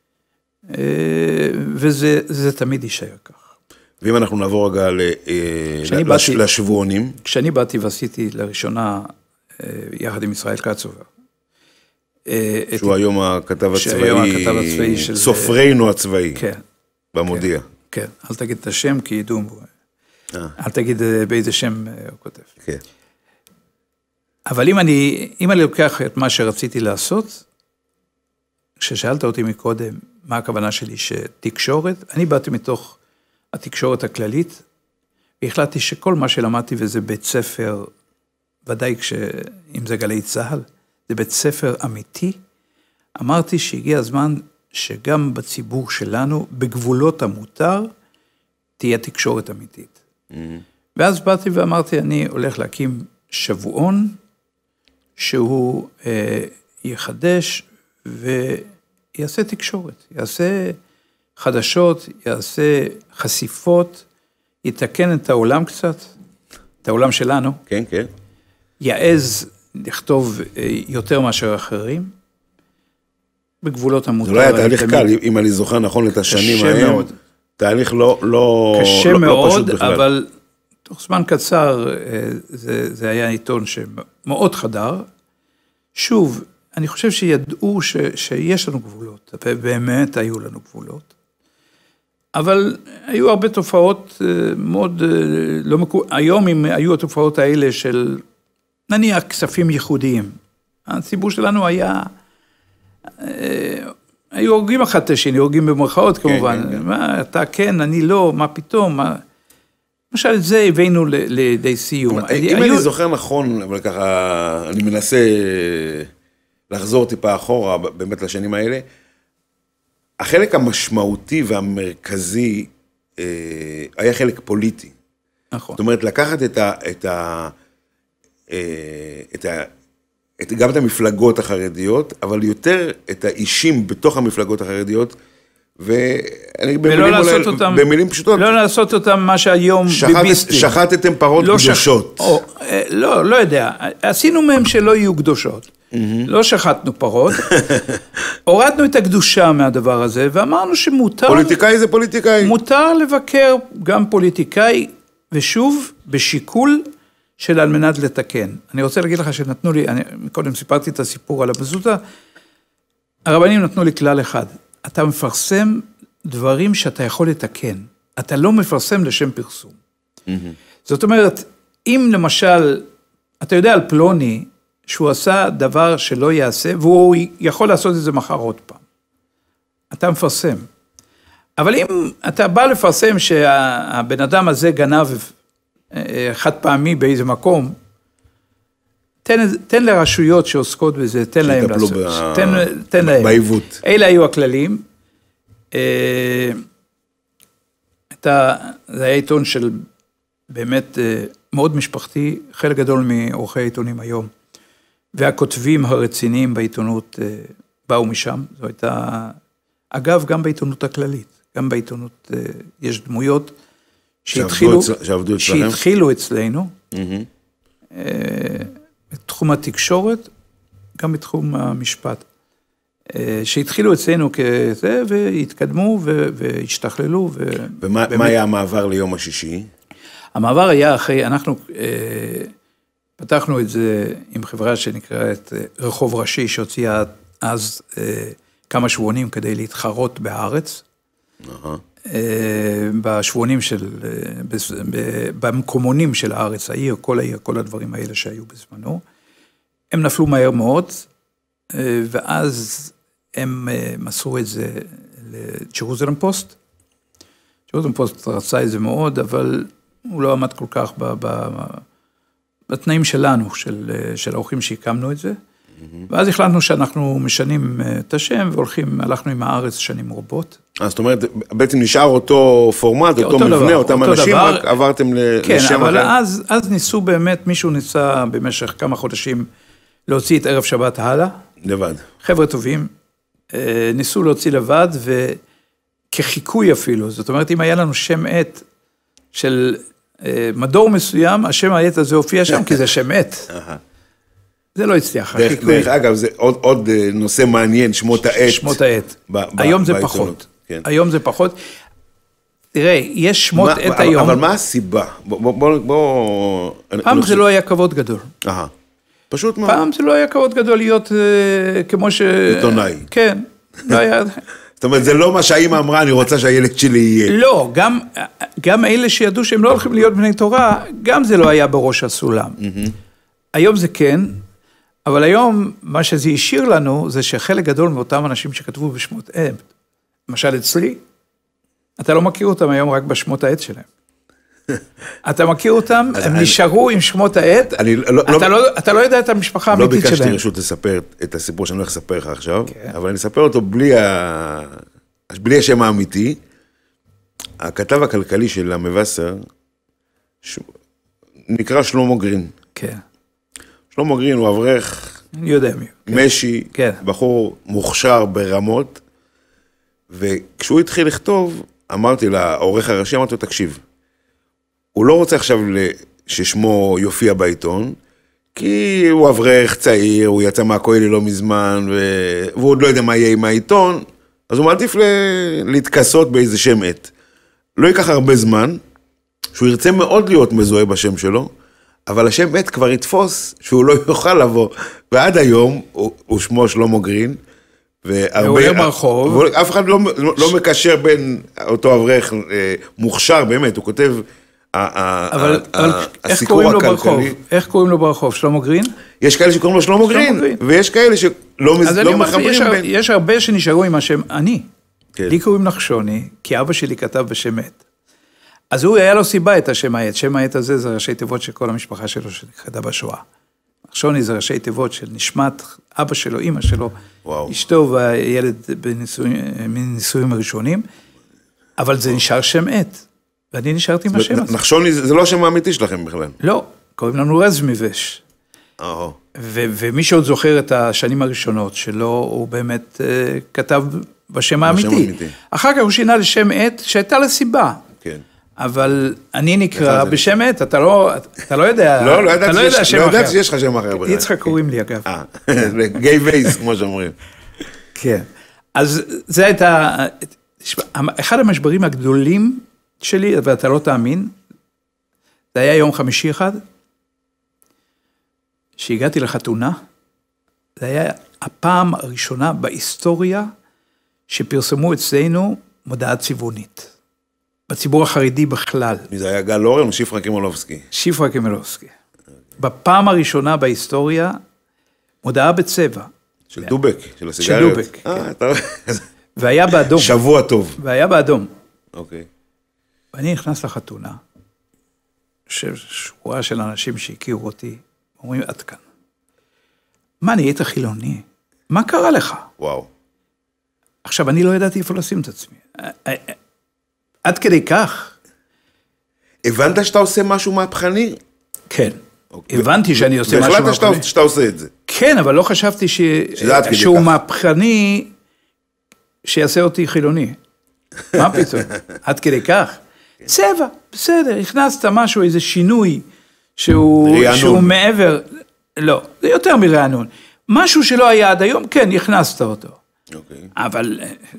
וזה זה תמיד יישאר כך. ואם אנחנו נעבור רגע לש, לשבועונים. כשאני באתי ועשיתי לראשונה, יחד עם ישראל קצובר. שהוא היום הכתב הצבאי, היום הכתב הצבאי של... סופרנו הצבאי. כן. במודיע. כן, אל תגיד את השם, כי ידעו, אל תגיד באיזה שם הוא כותב. כן. אבל אם אני, אם אני לוקח את מה שרציתי לעשות, כששאלת אותי מקודם, מה הכוונה שלי שתקשורת, אני באתי מתוך התקשורת הכללית, והחלטתי שכל מה שלמדתי, וזה בית ספר, ודאי אם זה גלי צהל, זה בית ספר אמיתי, אמרתי שהגיע הזמן שגם בציבור שלנו, בגבולות המותר, תהיה תקשורת אמיתית. Mm-hmm. ואז באתי ואמרתי, אני הולך להקים שבועון, שהוא אה, יחדש ויעשה תקשורת, יעשה חדשות, יעשה חשיפות, יתקן את העולם קצת, את העולם שלנו. כן, כן. יעז לכתוב יותר מאשר אחרים, בגבולות המותר. זה לא היה תהליך קל, אם אני זוכר נכון את השנים ההם, תהליך לא, לא, קשה לא, מאוד, לא פשוט בכלל. אבל תוך זמן קצר, זה, זה היה עיתון שמאוד חדר. שוב, אני חושב שידעו ש, שיש לנו גבולות, ובאמת היו לנו גבולות. אבל היו הרבה תופעות מאוד לא מקו... היום אם היו התופעות האלה של, נניח, כספים ייחודיים. הציבור שלנו היה, היו הורגים אחת את השני, הורגים במרכאות כמובן. כן, כן. מה, אתה כן, אני לא, מה פתאום, מה... למשל, את זה הבאנו לידי סיום. אם היו... אני זוכר נכון, אבל ככה, אני מנסה לחזור טיפה אחורה, באמת לשנים האלה, החלק המשמעותי והמרכזי אה, היה חלק פוליטי. נכון. זאת אומרת, לקחת את ה... את ה, אה, את ה את, גם את המפלגות החרדיות, אבל יותר את האישים בתוך המפלגות החרדיות, ואני במילים, אולי, אותם, במילים פשוטות. לא לעשות אותם מה שהיום שחט, ביביסטים. שחטתם פרות לא קדושות. שח... או, לא, לא יודע. עשינו מהם שלא יהיו קדושות. Mm-hmm. לא שחטנו פרות. הורדנו את הקדושה מהדבר הזה, ואמרנו שמותר... פוליטיקאי זה פוליטיקאי. מותר לבקר גם פוליטיקאי, ושוב, בשיקול של על מנת לתקן. אני רוצה להגיד לך שנתנו לי, אני קודם סיפרתי את הסיפור על המזוזה, הרבנים נתנו לי כלל אחד. אתה מפרסם דברים שאתה יכול לתקן. אתה לא מפרסם לשם פרסום. Mm-hmm. זאת אומרת, אם למשל, אתה יודע על פלוני, שהוא עשה דבר שלא יעשה, והוא יכול לעשות את זה מחר עוד פעם. אתה מפרסם. אבל אם אתה בא לפרסם שהבן אדם הזה גנב חד פעמי באיזה מקום, תן, תן לרשויות שעוסקות בזה, תן להם לעשות. ב... תן, תן להם. בעיוות. אלה היו הכללים. אתה, זה היה עיתון של באמת מאוד משפחתי, חלק גדול מעורכי העיתונים היום, והכותבים הרציניים בעיתונות באו משם. זו הייתה, אגב, גם בעיתונות הכללית, גם בעיתונות יש דמויות שהתחילו, שעבדו שהתחילו אצלנו, mm-hmm. בתחום התקשורת, גם בתחום המשפט, שהתחילו אצלנו כזה, והתקדמו והשתכללו. ומה באמת, היה המעבר ליום השישי? המעבר היה אחרי, אנחנו פתחנו את זה עם חברה שנקראת רחוב ראשי, שהוציאה אז כמה שבועונים כדי להתחרות בארץ. אהה. בשבועונים של, במקומונים של הארץ, העיר, כל העיר, כל הדברים האלה שהיו בזמנו, הם נפלו מהר מאוד, ואז הם מסרו את זה לג'רוזלם פוסט. ג'רוזלם פוסט רצה את זה מאוד, אבל הוא לא עמד כל כך בתנאים שלנו, של, של האורחים שהקמנו את זה. ואז החלטנו שאנחנו משנים את השם, והולכים, הלכנו עם הארץ שנים רבות. אז זאת אומרת, בעצם נשאר אותו פורמט, אותו מבנה, אותם אנשים, רק עברתם לשם אחר. כן, אבל אז ניסו באמת, מישהו ניסה במשך כמה חודשים להוציא את ערב שבת הלאה. לבד. חבר'ה טובים, ניסו להוציא לבד, וכחיקוי אפילו, זאת אומרת, אם היה לנו שם עת של מדור מסוים, השם העט הזה הופיע שם, כי זה שם עת. זה לא הצליח. דרך אגב, זה עוד נושא מעניין, שמות העט. שמות העט. היום זה פחות. היום זה פחות. תראה, יש שמות עת היום. אבל מה הסיבה? בוא... פעם זה לא היה כבוד גדול. אהה. פשוט מה? פעם זה לא היה כבוד גדול להיות כמו ש... עיתונאי. כן. לא היה... זאת אומרת, זה לא מה שהאמא אמרה, אני רוצה שהילד שלי יהיה. לא, גם, גם אלה שידעו שהם לא הולכים להיות בני תורה, גם זה לא היה בראש הסולם. היום זה כן, אבל היום מה שזה השאיר לנו, זה שחלק גדול מאותם אנשים שכתבו בשמות עת, למשל אצלי, אתה לא מכיר אותם היום רק בשמות העט שלהם. אתה מכיר אותם, הם נשארו עם שמות העט, אתה לא יודע את המשפחה האמיתית שלהם. לא ביקשתי רשות לספר את הסיפור שאני הולך לספר לך עכשיו, אבל אני אספר אותו בלי השם האמיתי. הכתב הכלכלי של המבשר, נקרא שלמה גרין. כן. שלמה גרין הוא אברך, אני יודע מי. משי, בחור מוכשר ברמות, וכשהוא התחיל לכתוב, אמרתי לעורך הראשי, אמרתי לו, תקשיב, הוא לא רוצה עכשיו ששמו יופיע בעיתון, כי הוא אברך צעיר, הוא יצא מהכולל לא מזמן, והוא עוד לא יודע מה יהיה עם העיתון, אז הוא מעדיף להתכסות באיזה שם עת. לא ייקח הרבה זמן, שהוא ירצה מאוד להיות מזוהה בשם שלו, אבל השם עת כבר יתפוס, שהוא לא יוכל לבוא, ועד היום הוא, הוא שמו שלמה גרין, והרבה, הוא עולה ברחוב. אף אחד לא, לא ש... מקשר בין אותו אברך מוכשר, באמת, הוא כותב, אבל, אבל איך קוראים לו ברחוב? איך קוראים לו ברחוב? שלמה גרין? יש כאלה שקוראים לו שלמה גרין, ויש כאלה שלא לא מחברים בין. יש הרבה שנשארו עם השם, אני. כן. לי קוראים נחשוני, כי אבא שלי כתב בשם עת. אז הוא היה לו סיבה את השם העט. שם העט הזה זה ראשי תיבות של כל המשפחה שלו שנכחדה בשואה. נחשוני זה ראשי תיבות של נשמת אבא שלו, אמא שלו, וואו. אשתו והילד בנישואים הראשונים, אבל זה נשאר שם עת. ואני נשארתי עם השם הזה. נחשוני זה לא השם האמיתי שלכם בכלל. לא, קוראים לנו רזמיבש. ומי שעוד זוכר את השנים הראשונות שלו, הוא באמת כתב בשם האמיתי. אחר כך הוא שינה לשם עת שהייתה לה סיבה. כן. אבל אני נקרא בשם עת, אתה לא יודע, לא, לא ידעתי שיש לך שם אחר. יצחק קוראים לי אגב. גיי וייס, כמו שאומרים. כן. אז זה הייתה, אחד המשברים הגדולים שלי, ואתה לא תאמין, זה היה יום חמישי אחד, שהגעתי לחתונה, זה היה הפעם הראשונה בהיסטוריה, שפרסמו אצלנו מודעה צבעונית. בציבור החרדי בכלל. מי זה היה גל לורן או שפרה קימולובסקי? שפרה קימולובסקי. בפעם הראשונה בהיסטוריה, מודעה בצבע. של דובק, של הסיגריות. של דובק, כן. והיה באדום. שבוע טוב. והיה באדום. אוקיי. ואני נכנס לחתונה, שורה של אנשים שהכירו אותי, אומרים, עד כאן. מה, נהיית חילוני? מה קרה לך? וואו. עכשיו, אני לא ידעתי איפה לשים את עצמי. עד כדי כך. הבנת שאתה עושה משהו מהפכני? כן. הבנתי שאני עושה משהו מהפכני. והחלטת שאתה עושה את זה. כן, אבל לא חשבתי שהוא מהפכני, שיעשה אותי חילוני. מה פתאום? עד כדי כך. צבע, בסדר, הכנסת משהו, איזה שינוי, שהוא מעבר, לא, זה יותר מרענון. משהו שלא היה עד היום, כן, הכנסת אותו. Okay. אבל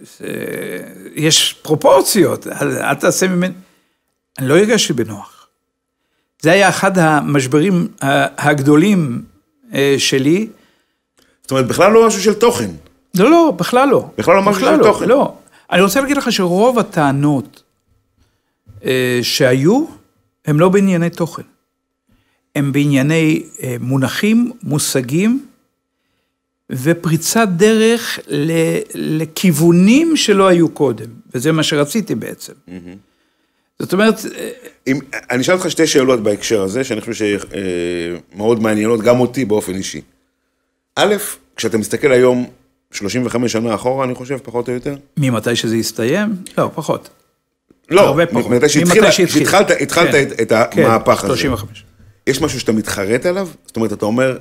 יש פרופורציות, אל תעשה ממנו, אני לא הרגשתי בנוח. זה היה אחד המשברים הגדולים שלי. זאת אומרת, בכלל לא משהו של תוכן. לא, לא, בכלל לא. בכלל לא משהו בכלל של לא, תוכן. לא. אני רוצה להגיד לך שרוב הטענות שהיו, הם לא בענייני תוכן. הם בענייני מונחים, מושגים, ופריצת דרך לכיוונים שלא היו קודם, וזה מה שרציתי בעצם. זאת אומרת... אם, אני אשאל אותך שתי שאלות בהקשר הזה, שאני חושב שמאוד מעניינות, גם אותי באופן אישי. א', כשאתה מסתכל היום, שלושים וחמש שנה אחורה, אני חושב, פחות או יותר. ממתי שזה יסתיים? לא, פחות. לא, ממתי שהתחלת את המהפך הזה. שלושים וחמש. יש משהו שאתה מתחרט עליו? זאת אומרת, אתה אומר,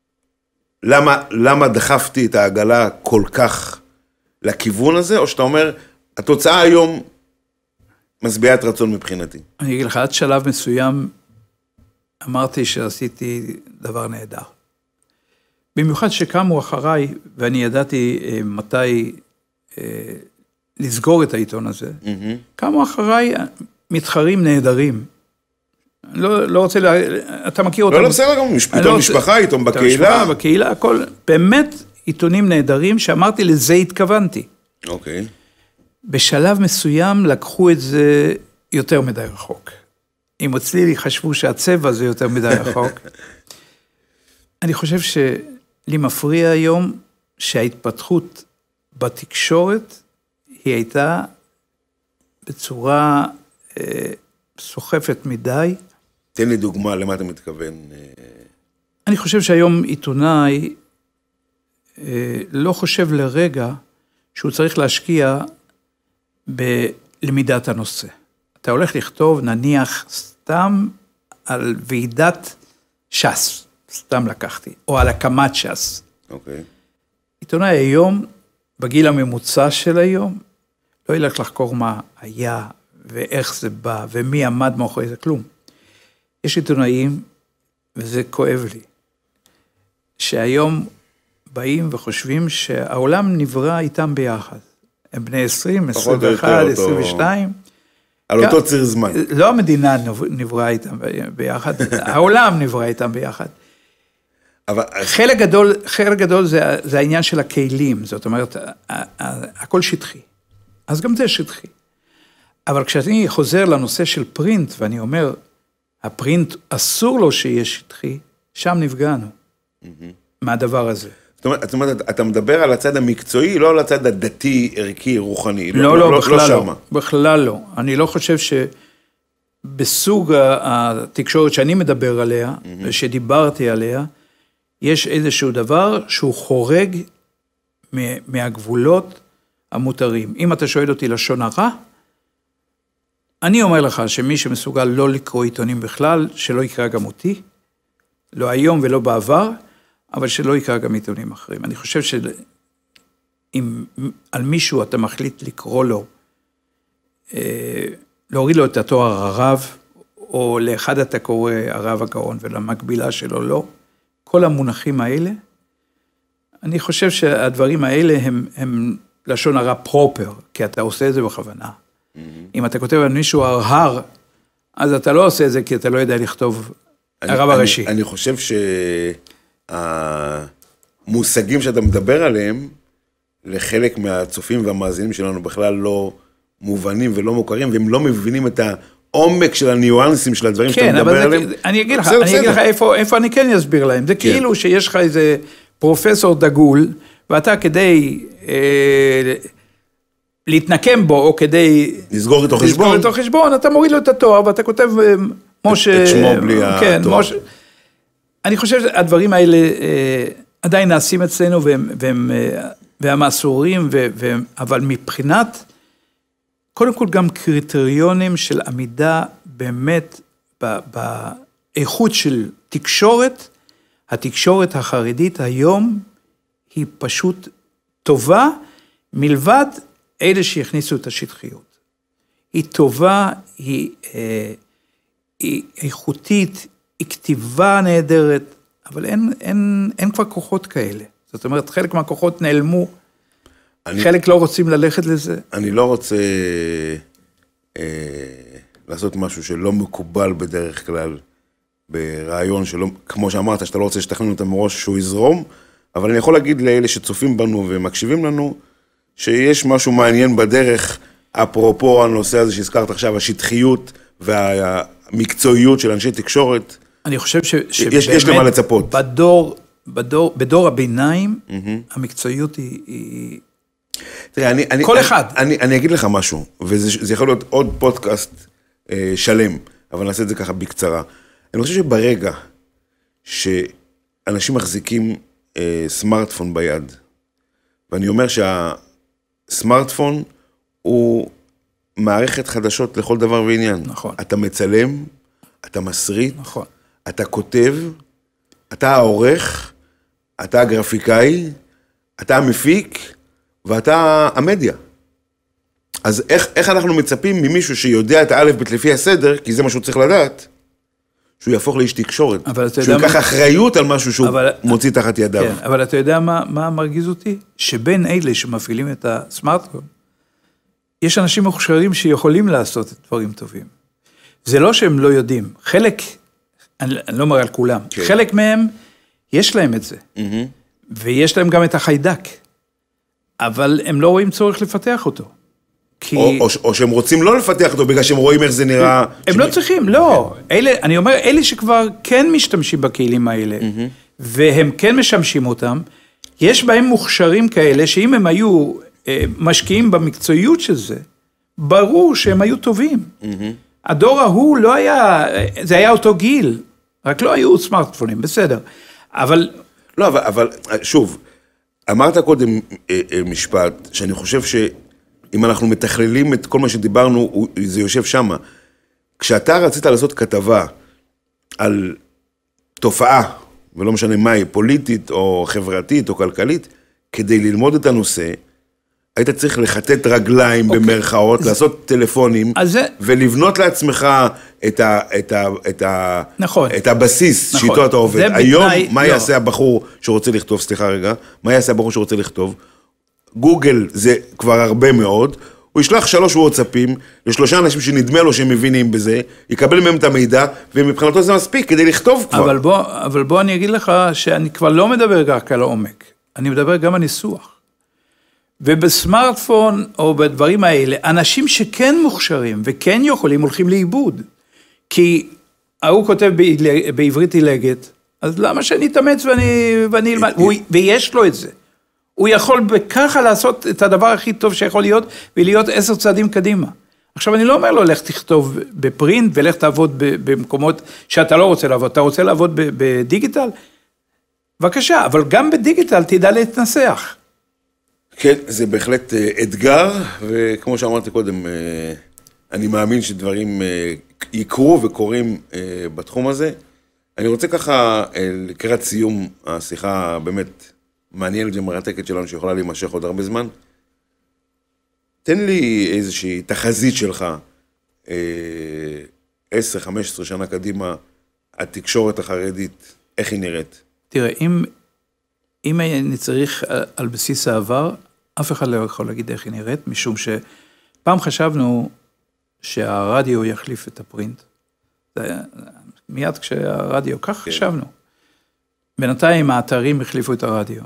למה דחפתי את העגלה כל כך לכיוון הזה, או שאתה אומר, התוצאה היום משביעת רצון מבחינתי. אני אגיד לך, עד שלב מסוים, אמרתי שעשיתי דבר נהדר. במיוחד שקמו אחריי, ואני ידעתי מתי לסגור את העיתון הזה, קמו אחריי מתחרים נהדרים. לא, לא רוצה, לה... אתה מכיר אותם? לא, לא בסדר, גם עיתון משפחה, עיתון בקהילה. בקהילה, הכל, באמת עיתונים נהדרים, שאמרתי לזה התכוונתי. אוקיי. בשלב מסוים לקחו את זה יותר מדי רחוק. אם אצלי חשבו שהצבע זה יותר מדי רחוק. אני חושב שלי מפריע היום שההתפתחות בתקשורת היא הייתה בצורה אה, סוחפת מדי. תן לי דוגמה למה אתה מתכוון. אני חושב שהיום עיתונאי אה, לא חושב לרגע שהוא צריך להשקיע בלמידת הנושא. אתה הולך לכתוב, נניח, סתם על ועידת ש"ס, סתם לקחתי, או על הקמת ש"ס. אוקיי. עיתונאי היום, בגיל הממוצע של היום, לא ילך לחקור מה היה, ואיך זה בא, ומי עמד מאחורי זה, כלום. יש עיתונאים, וזה כואב לי, שהיום באים וחושבים שהעולם נברא איתם ביחד. הם בני עשרים, עשרים ואחת, עשרים ושתיים. על אותו ציר זמן. לא המדינה נברא איתם ביחד, העולם נברא איתם ביחד. חלק גדול, חלק גדול זה, זה העניין של הכלים, זאת אומרת, הכל שטחי. אז גם זה שטחי. אבל כשאני חוזר לנושא של פרינט, ואני אומר, הפרינט אסור לו שיהיה שטחי, שם נפגענו. מהדבר הזה. זאת אומרת, אתה מדבר על הצד המקצועי, לא על הצד הדתי, ערכי, רוחני. לא, לא, בכלל לא. בכלל לא. אני לא חושב שבסוג התקשורת שאני מדבר עליה, ושדיברתי עליה, יש איזשהו דבר שהוא חורג מהגבולות המותרים. אם אתה שואל אותי לשון הרע, אני אומר לך שמי שמסוגל לא לקרוא עיתונים בכלל, שלא יקרא גם אותי, לא היום ולא בעבר, אבל שלא יקרא גם עיתונים אחרים. אני חושב שאם על מישהו אתה מחליט לקרוא לו, להוריד לו את התואר הרב, או לאחד אתה קורא הרב הגאון, ולמקבילה שלו לא, כל המונחים האלה, אני חושב שהדברים האלה הם, הם לשון הרע פרופר, כי אתה עושה את זה בכוונה. Mm-hmm. אם אתה כותב על מישהו הרהר, אז אתה לא עושה את זה, כי אתה לא יודע לכתוב אני, הרב אני, הראשי. אני חושב שהמושגים שאתה מדבר עליהם, לחלק מהצופים והמאזינים שלנו בכלל לא מובנים ולא מוכרים, והם לא מבינים את העומק של הניואנסים של הדברים כן, שאתה מדבר עליהם. כן, אבל אני אגיד לך, אני אגיד לך איפה, איפה אני כן אסביר להם. זה כן. כאילו שיש לך איזה פרופסור דגול, ואתה כדי אה, להתנקם בו, או כדי... לסגור איתו חשבון. לסגור איתו חשבון, אתה מוריד לו את התואר, ואתה כותב משה... את שמו בלי כן, התואר. משה, אני חושב שהדברים האלה אה, עדיין נעשים אצלנו, והם, והם, אה, והם אסורים, והם, אבל מבחינת... קודם כל גם קריטריונים של עמידה באמת באיכות של תקשורת, התקשורת החרדית היום היא פשוט טובה, מלבד אלה שהכניסו את השטחיות. היא טובה, היא, אה, היא איכותית, היא כתיבה נהדרת, אבל אין, אין, אין כבר כוחות כאלה. זאת אומרת, חלק מהכוחות נעלמו, אני, חלק לא רוצים ללכת לזה. אני לא רוצה אה, לעשות משהו שלא מקובל בדרך כלל, ברעיון שלא, כמו שאמרת, שאתה לא רוצה שתכנן אותם מראש שהוא יזרום, אבל אני יכול להגיד לאלה שצופים בנו ומקשיבים לנו, שיש משהו מעניין בדרך, אפרופו הנושא הזה שהזכרת עכשיו, השטחיות והמקצועיות של אנשי תקשורת. אני חושב ש, שבאמת, יש, יש למה לצפות. בדור, בדור, בדור הביניים, mm-hmm. המקצועיות היא... היא... תראה, אני, אני, כל אני, אחד. אני, אני אגיד לך משהו, וזה יכול להיות עוד פודקאסט אה, שלם, אבל נעשה את זה ככה בקצרה. אני חושב שברגע שאנשים מחזיקים אה, סמארטפון ביד. ואני אומר שהסמארטפון הוא מערכת חדשות לכל דבר ועניין. נכון. אתה מצלם, אתה מסריט, נכון. אתה כותב, אתה העורך, אתה הגרפיקאי, אתה המפיק, ואתה המדיה. אז איך, איך אנחנו מצפים ממישהו שיודע את האלף בית לפי הסדר, כי זה מה שהוא צריך לדעת, שהוא יהפוך לאיש תקשורת, שהוא ייקח מה... אחריות על משהו שהוא אבל... מוציא תחת ידיו. כן, אבל אתה יודע מה, מה מרגיז אותי? שבין אלה שמפעילים את הסמארטפון, יש אנשים מוכשרים שיכולים לעשות דברים טובים. זה לא שהם לא יודעים. חלק, אני, אני לא אומר על כולם, כן. חלק מהם, יש להם את זה. Mm-hmm. ויש להם גם את החיידק. אבל הם לא רואים צורך לפתח אותו. כי... או, או, או שהם רוצים לא לפתח אותו, בגלל שהם רואים איך זה נראה... הם ש... לא צריכים, לא. אלה, אני אומר, אלה שכבר כן משתמשים בכלים האלה, mm-hmm. והם כן משמשים אותם, יש בהם מוכשרים כאלה, שאם הם היו אה, משקיעים במקצועיות של זה, ברור שהם היו טובים. Mm-hmm. הדור ההוא לא היה, זה היה אותו גיל, רק לא היו סמארטפונים, בסדר. אבל... לא, אבל, אבל שוב, אמרת קודם משפט, שאני חושב שאם אנחנו מתכללים את כל מה שדיברנו, זה יושב שמה. כשאתה רצית לעשות כתבה על תופעה, ולא משנה מה היא, פוליטית או חברתית או כלכלית, כדי ללמוד את הנושא, היית צריך לחטט רגליים okay. במרכאות, זה... לעשות טלפונים, זה... ולבנות לעצמך את, ה, את, ה, את, ה, נכון. את הבסיס נכון. שאיתו אתה עובד. היום, בתנאי... מה לא. יעשה הבחור שרוצה לכתוב, סליחה רגע, מה יעשה הבחור שרוצה לכתוב? גוגל זה כבר הרבה מאוד, הוא ישלח שלוש וואטסאפים, לשלושה אנשים שנדמה לו שהם מבינים בזה, יקבל מהם את המידע, ומבחינתו זה מספיק כדי לכתוב כבר. אבל בוא, אבל בוא אני אגיד לך שאני כבר לא מדבר רק על העומק, אני מדבר גם על ניסוח. ובסמארטפון או בדברים האלה, אנשים שכן מוכשרים וכן יכולים הולכים לאיבוד. כי הוא כותב בעברית עילגת, אז למה שאני אתאמץ ואני, ואני אלמד? ויש לו את זה. הוא יכול בככה לעשות את הדבר הכי טוב שיכול להיות, ולהיות עשר צעדים קדימה. עכשיו אני לא אומר לו, לך תכתוב בפרינט, ולך תעבוד במקומות שאתה לא רוצה לעבוד. אתה רוצה לעבוד בדיגיטל? בבקשה, אבל גם בדיגיטל תדע להתנסח. כן, זה בהחלט אתגר, וכמו שאמרתי קודם, אני מאמין שדברים יקרו וקורים בתחום הזה. אני רוצה ככה, לקראת סיום השיחה באמת מעניינת ומרתקת שלנו, שיכולה להימשך עוד הרבה זמן. תן לי איזושהי תחזית שלך, עשר חמש עשרה שנה קדימה, התקשורת החרדית, איך היא נראית? תראה, אם, אם אני צריך על בסיס העבר, אף אחד לא יכול להגיד איך היא נראית, משום שפעם חשבנו שהרדיו יחליף את הפרינט. מיד כשהרדיו, כך כן. חשבנו. בינתיים האתרים החליפו את הרדיו,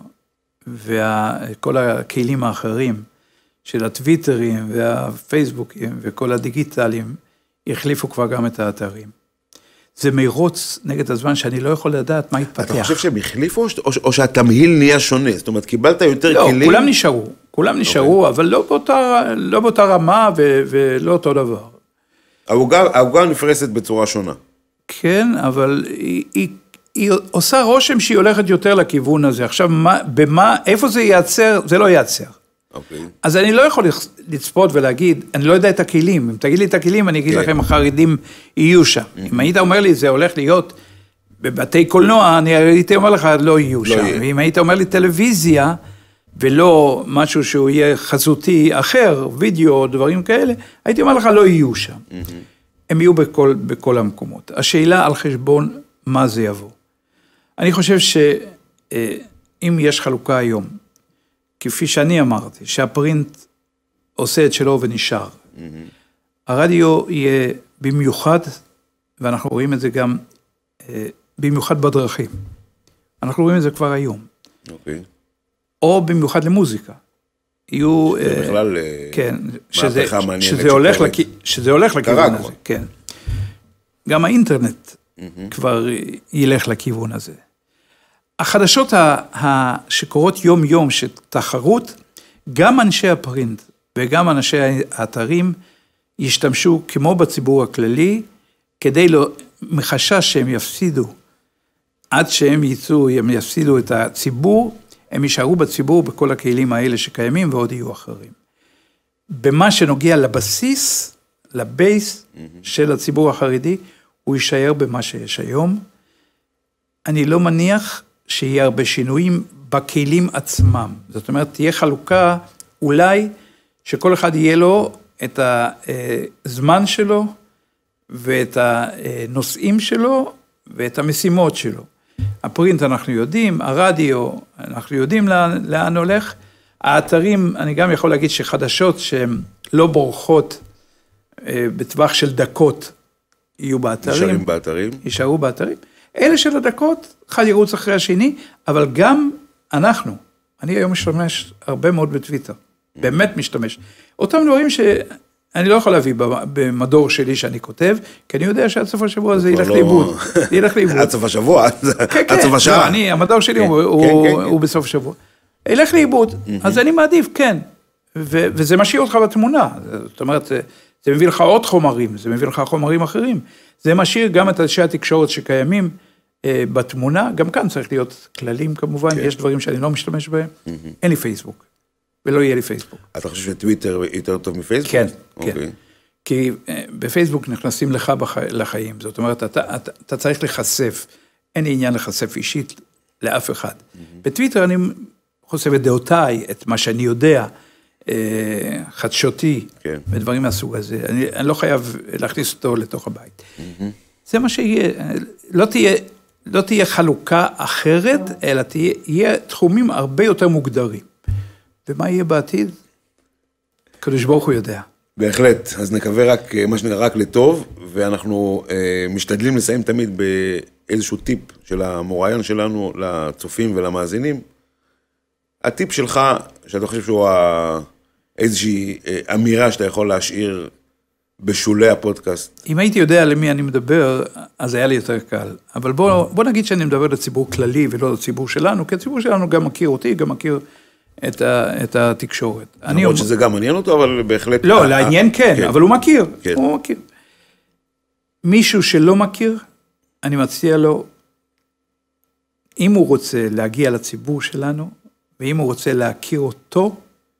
וכל הכלים האחרים של הטוויטרים והפייסבוקים וכל הדיגיטליים, החליפו כבר גם את האתרים. זה מירוץ נגד הזמן שאני לא יכול לדעת מה יתפתח. אתה חושב שהם החליפו, או, או שהתמהיל נהיה שונה? זאת אומרת, קיבלת יותר לא, כלים? לא, כולם נשארו. כולם נשארו, okay. אבל לא באותה, לא באותה רמה ו, ולא אותו דבר. העוגה נפרסת בצורה שונה. כן, אבל היא, היא, היא עושה רושם שהיא הולכת יותר לכיוון הזה. עכשיו, מה, במה, איפה זה ייצר? זה לא ייצר. Okay. אז אני לא יכול לצפות ולהגיד, אני לא יודע את הכלים, אם תגיד לי את הכלים, אני אגיד okay. לכם, החרדים יהיו שם. Mm-hmm. אם היית אומר לי, זה הולך להיות בבתי קולנוע, אני הייתי אומר לך, לא יהיו לא שם. יהיה. ואם היית אומר לי טלוויזיה, ולא משהו שהוא יהיה חזותי אחר, וידאו, דברים כאלה, הייתי אומר לך, לא יהיו שם. Mm-hmm. הם יהיו בכל, בכל המקומות. השאלה על חשבון, מה זה יבוא? אני חושב שאם יש חלוקה היום, כפי שאני אמרתי, שהפרינט עושה את שלו ונשאר. Mm-hmm. הרדיו יהיה במיוחד, ואנחנו רואים את זה גם במיוחד בדרכים. אנחנו רואים את זה כבר היום. אוקיי. Okay. או במיוחד למוזיקה. יהיו... זה בכלל כן, מהפכה מעניינת שזה הולך, לכ... שזה הולך לכיוון הזה. כן. גם האינטרנט mm-hmm. כבר ילך לכיוון הזה. החדשות שקורות יום יום, שתחרות, גם אנשי הפרינט וגם אנשי האתרים ישתמשו כמו בציבור הכללי, כדי לא, מחשש שהם יפסידו עד שהם ייצאו, הם יפסידו את הציבור, הם יישארו בציבור בכל הכלים האלה שקיימים, ועוד יהיו אחרים. במה שנוגע לבסיס, לבייס של הציבור החרדי, הוא יישאר במה שיש היום. אני לא מניח שיהיה הרבה שינויים בכלים עצמם. זאת אומרת, תהיה חלוקה, אולי, שכל אחד יהיה לו את הזמן שלו, ואת הנושאים שלו, ואת המשימות שלו. הפרינט אנחנו יודעים, הרדיו, אנחנו יודעים לאן, לאן הולך. האתרים, אני גם יכול להגיד שחדשות שהן לא בורחות בטווח של דקות, יהיו באתרים. נשארים באתרים. יישארו באתרים. אלה של הדקות, אחד ירוץ אחרי השני, אבל גם אנחנו, אני היום משתמש הרבה מאוד בטוויטר, באמת משתמש. אותם דברים שאני לא יכול להביא במדור שלי שאני כותב, כי אני יודע שעד סוף השבוע זה ילך לאיבוד. זה ילך לאיבוד. עד סוף השבוע, עד סוף השעה. אני, המדור שלי הוא בסוף השבוע. ילך לאיבוד, אז אני מעדיף, כן. וזה משאיר אותך בתמונה. זאת אומרת, זה מביא לך עוד חומרים, זה מביא לך חומרים אחרים. זה משאיר גם את אנשי התקשורת שקיימים בתמונה, גם כאן צריך להיות כללים כמובן, יש דברים שאני לא משתמש בהם, אין לי פייסבוק, ולא יהיה לי פייסבוק. אתה חושב שטוויטר יותר טוב מפייסבוק? כן, כן. כי בפייסבוק נכנסים לך לחיים, זאת אומרת, אתה צריך לחשף, אין לי עניין לחשף אישית לאף אחד. בטוויטר אני חושף את דעותיי, את מה שאני יודע, חדשותי, ודברים מהסוג הזה. אני לא חייב להכניס אותו לתוך הבית. זה מה שיהיה. לא תהיה, לא תהיה חלוקה אחרת, אלא תהיה תחומים הרבה יותר מוגדרים. ומה יהיה בעתיד? קדוש ברוך הוא יודע. בהחלט. אז נקווה רק, מה שנראה רק לטוב, ואנחנו משתדלים לסיים תמיד באיזשהו טיפ של המוראיין שלנו, לצופים ולמאזינים. הטיפ שלך, שאתה חושב שהוא איזושהי אמירה שאתה יכול להשאיר בשולי הפודקאסט. אם הייתי יודע למי אני מדבר, אז היה לי יותר קל. אבל בוא, בוא נגיד שאני מדבר לציבור כללי ולא לציבור שלנו, כי הציבור שלנו גם מכיר אותי, גם מכיר את, ה, את התקשורת. למרות שזה גם מעניין אותו, אבל בהחלט... לא, לעניין כן, כן, אבל הוא מכיר. כן. הוא מכיר. מישהו שלא מכיר, אני מציע לו, אם הוא רוצה להגיע לציבור שלנו, ואם הוא רוצה להכיר אותו,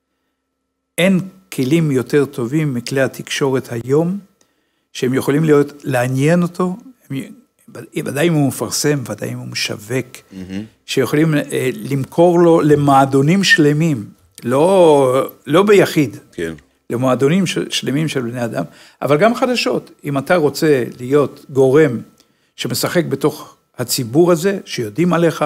אין כלים יותר טובים מכלי התקשורת היום, שהם יכולים להיות, לעניין אותו, ודאי אם הוא מפרסם, ודאי אם הוא משווק, mm-hmm. שיכולים למכור לו למועדונים שלמים, לא, לא ביחיד, כן. למועדונים שלמים של בני אדם, אבל גם חדשות. אם אתה רוצה להיות גורם שמשחק בתוך הציבור הזה, שיודעים עליך,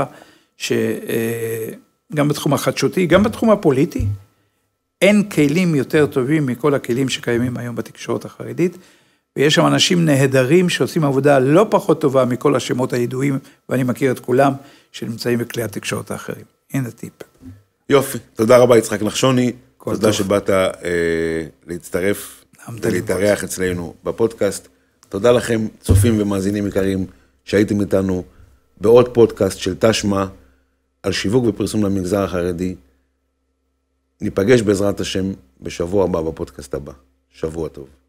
שגם בתחום החדשותי, גם בתחום הפוליטי, אין כלים יותר טובים מכל הכלים שקיימים היום בתקשורת החרדית, ויש שם אנשים נהדרים שעושים עבודה לא פחות טובה מכל השמות הידועים, ואני מכיר את כולם, שנמצאים בכלי התקשורת האחרים. הנה טיפ. יופי, תודה רבה יצחק נחשוני, תודה שבאת אה, להצטרף ולהתארח אצלנו בפודקאסט. תודה לכם, צופים ומאזינים יקרים, שהייתם איתנו בעוד פודקאסט של תשמע, על שיווק ופרסום למגזר החרדי. ניפגש בעזרת השם בשבוע הבא בפודקאסט הבא. שבוע טוב.